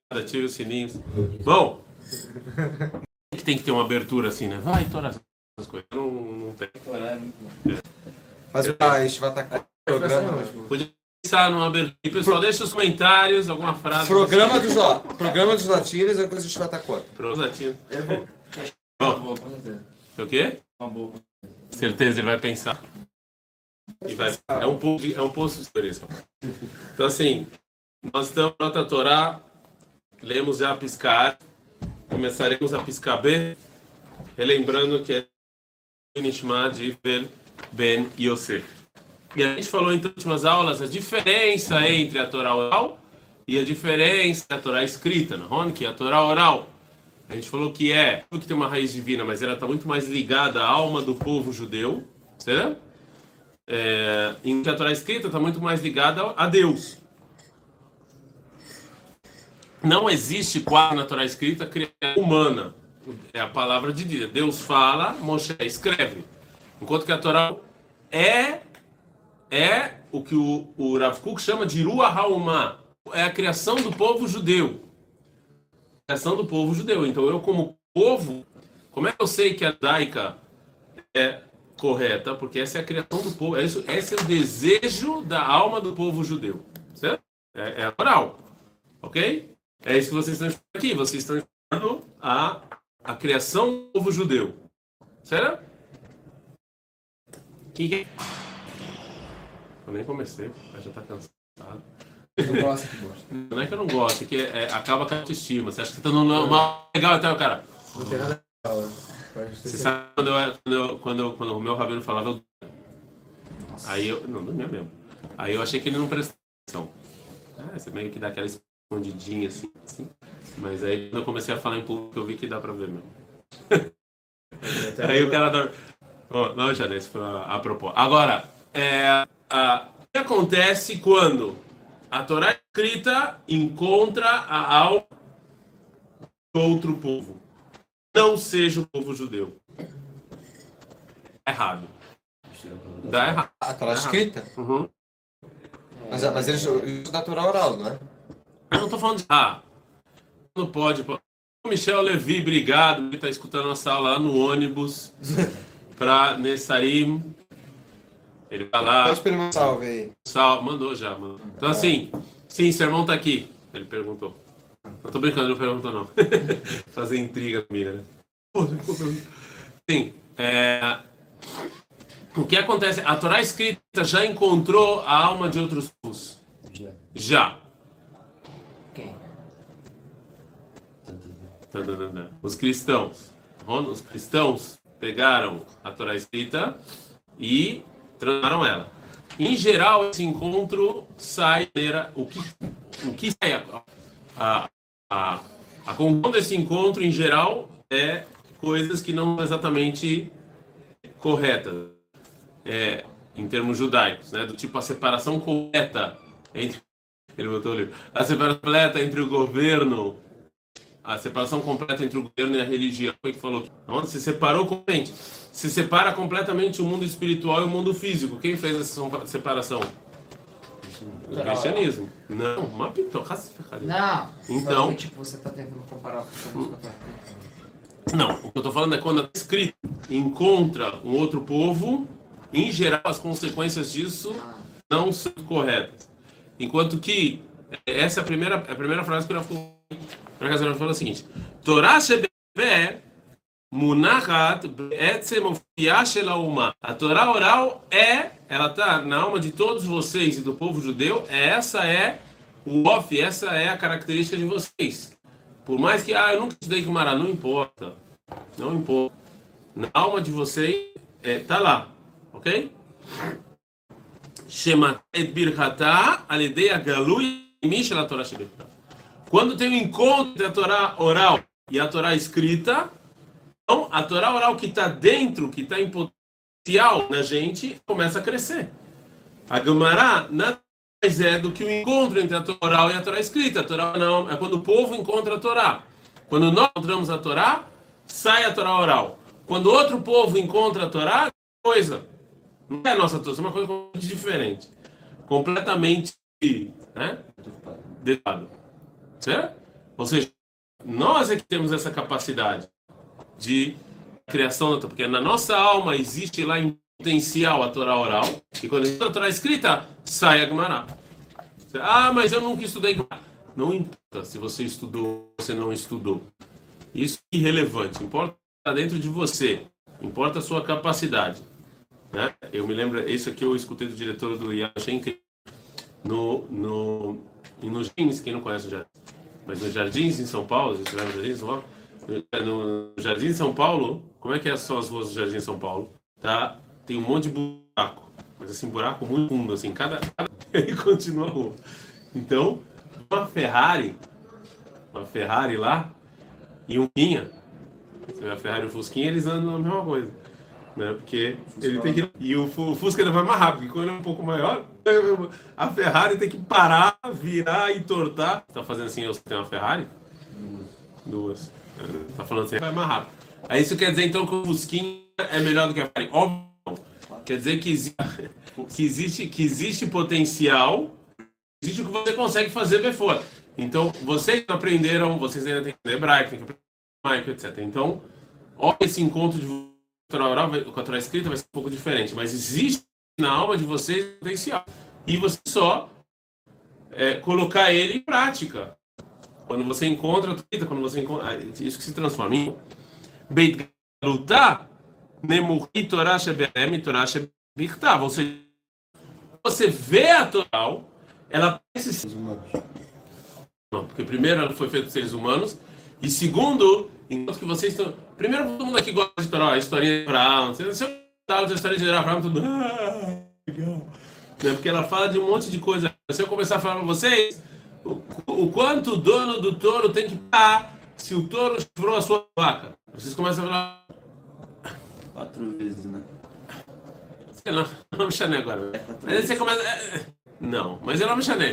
Tira os sininhos. Bom, que tem que ter uma abertura assim, né? Vai, Torá, essas coisas. Não tem. Mas a gente vai estar com o programa hoje. Podia pensar numa abertura. E, pessoal, deixa os comentários, alguma frase. Programa dos latinos é coisa que a gente vai estar quanto? Programa dos latinos. Bom, o quê? Certeza, ele vai pensar. E vai, é um poço de experiência. Então, assim, nós estamos na Nota Torá, lemos já a piscar, começaremos a piscar B, relembrando que é Nishma de Ben Yosef. E a gente falou em últimas aulas a diferença entre a Torá oral e a diferença da Torá escrita, não? Que a Torá oral, a gente falou que tem uma raiz divina, mas ela está muito mais ligada à alma do povo judeu, certo? Em que a Torá escrita está muito mais ligada a Deus. Não existe quase na Torá escrita criação humana. É a palavra de Deus. Deus fala, Moshe escreve. Enquanto que a Torá é o que o Rav Kook chama de Ruach HaUmah. É a criação do povo judeu. Criação do povo judeu. Então eu, como povo, como é que eu sei que a judaica é correta? Porque essa é a criação do povo. Esse é o desejo da alma do povo judeu. Certo? É a oral. Ok? É isso que vocês estão estudando aqui. Vocês estão estudando a criação do povo judeu. Certo? Eu nem comecei, mas já está cansado. Eu gosto que gosta. Não é que eu não gosto, é que acaba com a autoestima. Você acha que você está no mal legal até o cara. Não tem nada legal. Você sabe quando o meu rabino falava, aí eu não dormia mesmo. Aí eu achei que ele não prestava atenção. Você meio que dá aquela escondidinha assim. Mas aí quando eu comecei a falar em público, eu vi que dá pra ver mesmo. Aí o cara dorme. Não, já isso foi a propósito. Agora, o que acontece quando a Torá escrita encontra a alma de outro povo? Não seja o povo judeu. Errado. Dá errado. A Torá escrita? Uhum. Mas eles usam da Torá oral, não é? Eu não tô falando de não pode. O Michel Levi, obrigado. Ele tá escutando nossa aula lá no ônibus para Nessarim. Ele vai lá. Pode pedir um salve aí. Mandou já, mano. Então assim, sim, seu irmão tá aqui. Ele perguntou. Não tô brincando, ele não perguntou não. Fazer intriga comigo, né? Sim, o que acontece? A Torá escrita já encontrou a alma de outros povos? Já. Quem? Os cristãos. Os cristãos pegaram a Torá escrita e transformaram ela. Em geral, esse encontro sai o que sai a conclusão desse encontro, em geral, é coisas que não são exatamente corretas, em termos judaicos, né? Do tipo a separação completa entre a separação completa entre o governo, a separação completa entre o governo e a religião. Foi que falou que onde se separou completamente, se separa completamente o mundo espiritual e o mundo físico. Quem fez essa separação? O cristianismo. Não, uma pitoca. Não. Então, tipo, você está tentando comparar com não, o que eu estou falando é quando a escrita encontra um outro povo, em geral as consequências disso não são corretas. Enquanto que essa é a primeira frase que eu falo o seguinte: Torá shebeh munachat be'etzem ofiah shel ha'umah. A Torá oral ela está na alma de todos vocês e do povo judeu. Essa é a característica de vocês. Por mais que eu nunca estudei Gumará, não importa. Não importa. Na alma de vocês tá lá, ok? Shema et birchata alidei agalui mishel Torá shebeh. Quando tem um encontro entre a Torá oral e a Torá escrita, então a Torá oral que está dentro, que está em potencial na gente, começa a crescer. A Gumará nada mais é do que o encontro entre a Torá oral e a Torá escrita. A Torá não é quando o povo encontra a Torá. Quando nós encontramos a Torá, sai a Torá oral. Quando outro povo encontra a Torá, coisa. Não é a nossa Torá, é uma coisa completamente diferente. Completamente, né? Certo? Ou seja, nós é que temos essa capacidade de criação da Torá, porque na nossa alma existe lá em potencial a Torá oral, e quando a Torá escrita, sai a Gemara. Ah, mas eu nunca estudei Gemara. Não importa se você estudou ou se não estudou. Isso é irrelevante. Importa o que está dentro de você. Importa a sua capacidade. Né? Eu me lembro, isso aqui eu escutei do diretor do Yashenk no Jardins, quem não conhece o Jardins, mas no Jardins em São Paulo, você lembra do Jardins em São Paulo? No Jardim de São Paulo, como é que são as ruas do Jardim de São Paulo? Tá? Tem um monte de buraco, mas assim, buraco muito fundo, assim, cada e continua a rua. Então, uma Ferrari lá e um Fusquinha, você vê a Ferrari e o Fusquinha, eles andam na mesma coisa, né? Porque ele tem que, e o Fusca ele vai mais rápido, porque quando ele é um pouco maior, a Ferrari tem que parar, virar, entortar. Tá fazendo assim, eu tenho uma Ferrari? Duas. Tá falando assim, vai mais rápido. Aí isso quer dizer então que o Fusquinha é melhor do que a Ferrari? Óbvio. Quer dizer que existe potencial, existe o que você consegue fazer bem fora. Então, vocês aprenderam, vocês ainda têm que aprender hebraico, tem que aprender etc. Então, olha, esse encontro de Torá oral com a Torá escrita vai ser um pouco diferente, mas existe na alma de vocês potencial. E você só colocar ele em prática. Quando você encontra, quando você encontra, isso que se transforma em Beit Galutá, Nemuchi Torá Sheberem Torá Shebichtav. Ou seja, você vê a Torá, ela parece não, porque primeiro ela foi feita por seres humanos, e segundo, enquanto que vocês estão. Primeiro, todo mundo aqui gosta de Torá, a história de Abraão. Se eu falar da história de Abraão, todo mundo. Legal. Porque ela fala de um monte de coisa. Se eu começar a falar para vocês. O quanto o dono do touro tem que pagar se o touro chifrou a sua vaca? Vocês começam a falar 4 vezes, né? Sei lá, não me chanei agora. Mas aí você começa. Não, mas eu não me chanei.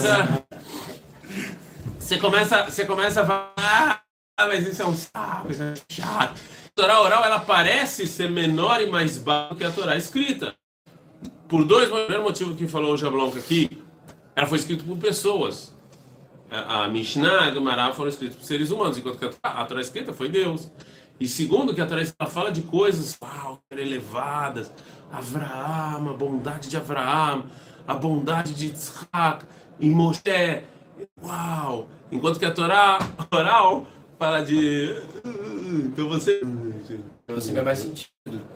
Você começa a falar, mas isso é um saco, isso é chato. A Torá oral ela parece ser menor e mais baixa do que a Torá escrita. Por dois motivos que falou o Jablonka aqui. Ela foi escrita por pessoas. A Mishnah e a Gemara foram escritas por seres humanos, enquanto que a Torá escrita foi Deus. E segundo, que a Torá escrita fala de coisas elevadas. Avraham, a bondade de Avraham, a bondade de Yitzhak, e Moshe. Uau! Enquanto que a Torá oral fala de... Então você vê mais sentido.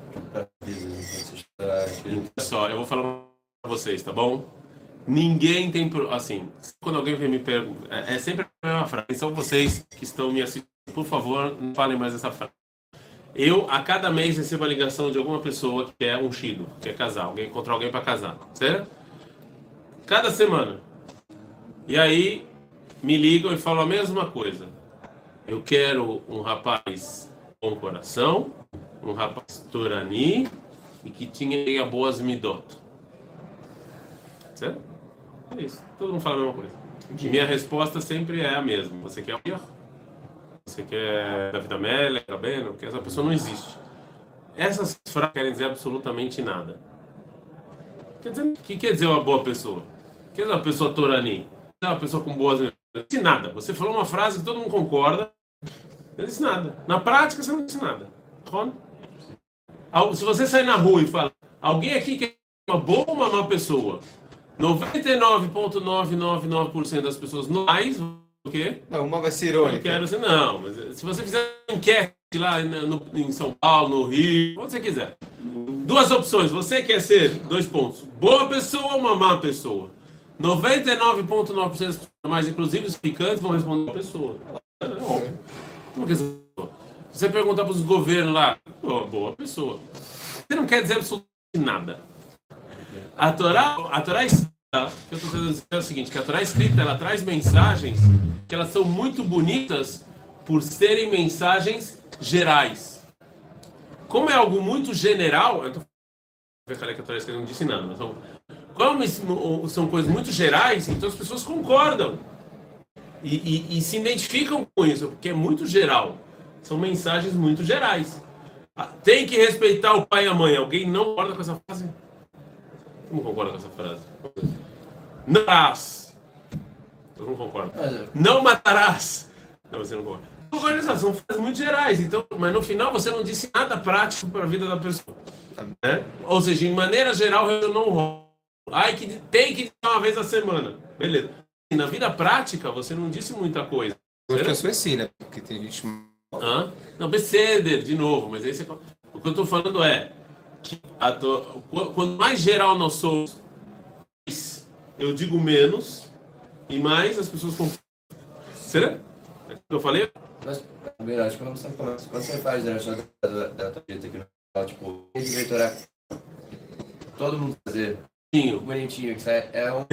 Só, eu vou falar para vocês, tá bom? Ninguém tem, assim, quando alguém vem me perguntar, é sempre a mesma frase. São vocês que estão me assistindo, por favor, não falem mais essa frase. Eu, a cada mês, recebo a ligação de alguma pessoa que é ungido, que é casar, alguém encontrar alguém para casar, certo? Cada semana. E aí, me ligam e falam a mesma coisa. Eu quero um rapaz com coração, um rapaz torani e que tinha boas midot. Certo? É isso. Todo mundo fala a mesma coisa. E minha resposta sempre é a mesma. Você quer o quê? Você quer David Amélia, Rabeno? Porque essa pessoa não existe. Essas frases querem dizer absolutamente nada. O que quer dizer uma boa pessoa? Quer dizer uma pessoa torani? Quer dizer uma pessoa com boas... Não disse nada. Você falou uma frase que todo mundo concorda. Não disse nada. Na prática, você não disse nada. Se você sair na rua e falar, alguém aqui quer uma boa ou uma má pessoa? 99,999% das pessoas não mais o quê? Não, uma vai ser irônica. Eu quero assim, não, mas se você fizer uma enquete lá em São Paulo, no Rio, onde você quiser. Duas opções, você quer ser, 2 pontos, boa pessoa ou uma má pessoa? 99,9% das pessoas mais, inclusive os picantes, vão responder uma pessoa. Como que se você perguntar para os governos lá, boa pessoa. Você não quer dizer absolutamente nada. A Torá escrita, que eu estou tentando dizer é o seguinte, que a Torá escrita, ela traz mensagens que elas são muito bonitas por serem mensagens gerais. Como é algo muito general, eu falei que a Torá escrita não disse nada, mas como são coisas muito gerais, então as pessoas concordam e se identificam com isso, porque é muito geral. São mensagens muito gerais. Tem que respeitar o pai e a mãe. Alguém não concorda com essa frase? Como concorda com essa frase? Não matarás. Eu não concordo. Não matarás. Não, você não concorda. Organização são muito gerais, então, mas no final você não disse nada prático para a vida da pessoa. Né? Ou seja, de maneira geral, eu não rolo. Ai, que tem que dizer uma vez na semana. Beleza. E na vida prática, você não disse muita coisa. Hoje que eu sou assim, né? Porque tem gente... Não, Beseder, de novo, mas aí você... O que eu estou falando é que quanto mais geral nós somos, eu digo menos e mais as pessoas confundem. Será? É o que eu falei? Mas, acho que quando você faz durante da tua vida aqui no canal, tipo, diretorar, todo mundo fazer bonitinho, que é um...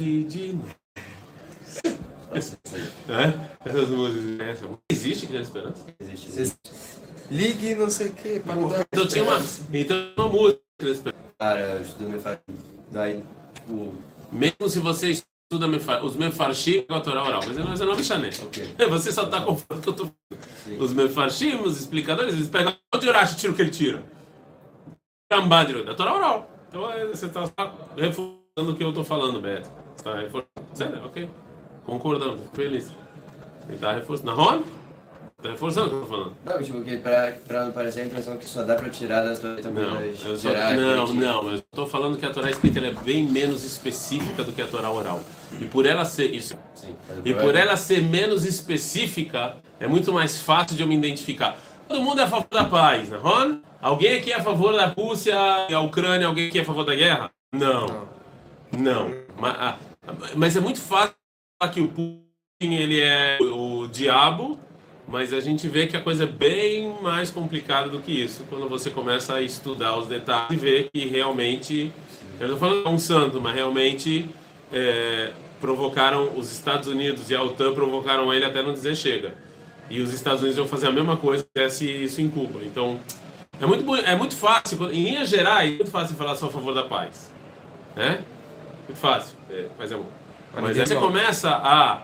Essas músicas, existe Criança Esperança? Existe. Ligue não sei o que, para mudar. Então tinha uma música Criança Esperança. Cara, estudo me faz... Daí, tipo... Mesmo se você estuda os mefarshim com a Torá oral, mas eu não me chanei. Você só está confundindo que eu estou falando. Os mefarshim, os explicadores, eles pegam o Urashi, tira o que ele tira. Cambadro, da Torá oral. Então você está reforçando o que eu estou falando, Beto. Você está reforçando? Ok. Concordamos, feliz. Ele está reforçando. Nahon? Está reforçando o que eu estou falando. Não, tipo, que pra não parecer a impressão que só dá pra tirar das tuas Não, mas eu estou falando que a Torá escrita ela é bem menos específica do que a Torá oral. E por ela ser isso, e por ela ser menos específica, é muito mais fácil de eu me identificar. Todo mundo é a favor da paz, Nahon? Alguém aqui é a favor da Rússia e a Ucrânia? Alguém aqui é a favor da guerra? Não. Mas é muito fácil falar que o Putin ele é o diabo, mas a gente vê que a coisa é bem mais complicada do que isso quando você começa a estudar os detalhes e ver que realmente, eu não estou falando que é um santo, mas realmente provocaram os Estados Unidos e a OTAN provocaram ele até não dizer chega. E os Estados Unidos vão fazer a mesma coisa se fizesse isso em Cuba. Então, é muito fácil, em linhas gerais, é muito fácil falar só a favor da paz. Né? Muito fácil, paz e amor. Mas aí você começa a...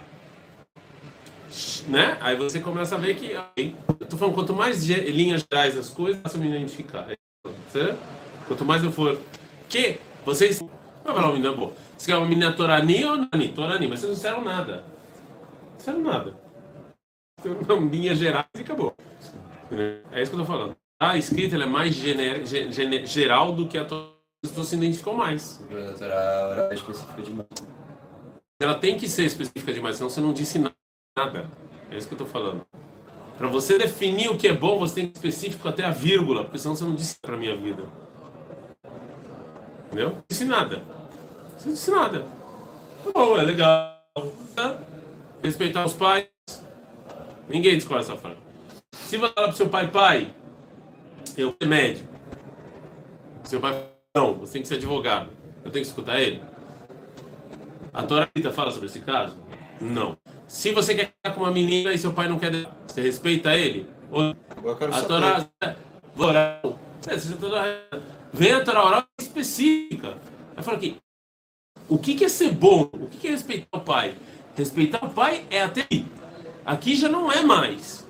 Né? Aí você começa a ver que... Eu tô falando, quanto mais linhas gerais das coisas, eu me identificar. Certo? Quanto mais eu for... Que vocês... Vai falar uma menina boa. Você quer uma menina Torani ou Nani? Torani, mas vocês não disseram nada. Não disseram nada. Então, linhas gerais e acabou. É isso que eu tô falando. A escrita ela é mais geral do que a Torá. As pessoas se identificam mais. A Torá é específica demais. Ela tem que ser específica demais, senão você não disse nada. É isso que eu estou falando. Para você definir o que é bom, você tem que ser específico até a vírgula, porque senão você não disse para minha vida. Entendeu? Não disse nada. Você não disse nada. Bom, é legal. Respeitar os pais. Ninguém discorda essa frase. Se você falar para o seu pai, eu sou médico. Seu pai não, você tem que ser advogado. Eu tenho que escutar ele? A Torá fala sobre esse caso? Não. Se você quer ficar com uma menina e seu pai não quer, você respeita ele? Ou a Torá oral? Vem a Torá oral específica. Aí fala aqui, o que é ser bom? O que é respeitar o pai? Respeitar o pai é até aqui. Aqui já não é mais.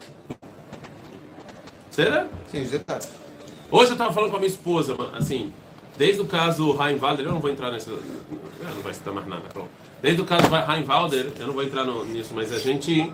Será? Sim, os detalhes. Hoje eu estava falando com a minha esposa, assim, desde o caso Reinwalder, eu não vou entrar nesse... não vai citar mais nada, pronto. Desde o caso Reinwalder, eu não vou entrar nisso, mas a gente...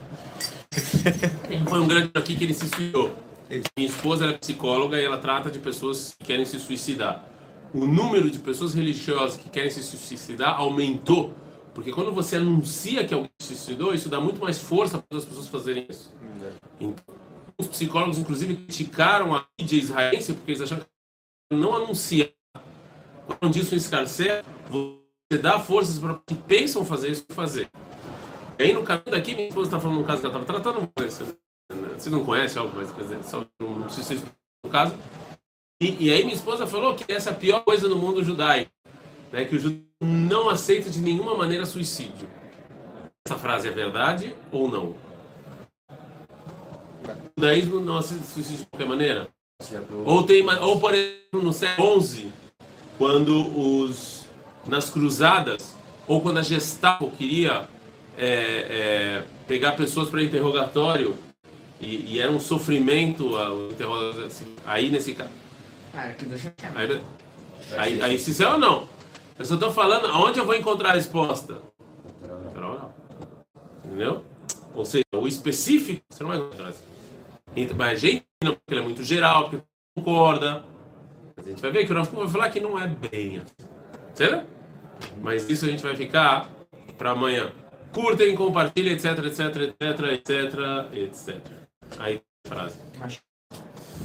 Foi um grande aqui que ele se suicidou. Minha esposa ela é psicóloga e ela trata de pessoas que querem se suicidar. O número de pessoas religiosas que querem se suicidar aumentou, porque quando você anuncia que alguém se suicidou, isso dá muito mais força para as pessoas fazerem isso. Então, os psicólogos, inclusive, criticaram a mídia israelense porque eles acharam que não anunciar. Quando disso escarcer, você dá forças para que pensam fazer isso fazer. E aí, no caminho daqui, minha esposa está falando um caso que ela estava tratando. Você não conhece algo, mas quer dizer, só não precisa ser um caso. E aí, minha esposa falou que essa é a pior coisa no mundo judaico, né, que o judeu não aceita de nenhuma maneira suicídio. Essa frase é verdade ou não? O judaísmo não aceita suicídio de qualquer maneira? Ou por exemplo, no século XI, quando nas cruzadas, ou quando a Gestapo queria pegar pessoas para interrogatório, e era um sofrimento o interrogatório, aí nesse caso. Aí se é ou não? Eu só estou falando aonde eu vou encontrar a resposta. Entendeu? Ou seja, o específico, você não vai encontrar assim. Então, mas a gente não, porque ele é muito geral, porque concorda. A gente vai ver que o Rav Kuk vai falar que não é bem assim. Certo? Mas isso a gente vai ficar para amanhã. Curtem, compartilhem, etc, etc, etc, etc, etc. Aí, frase.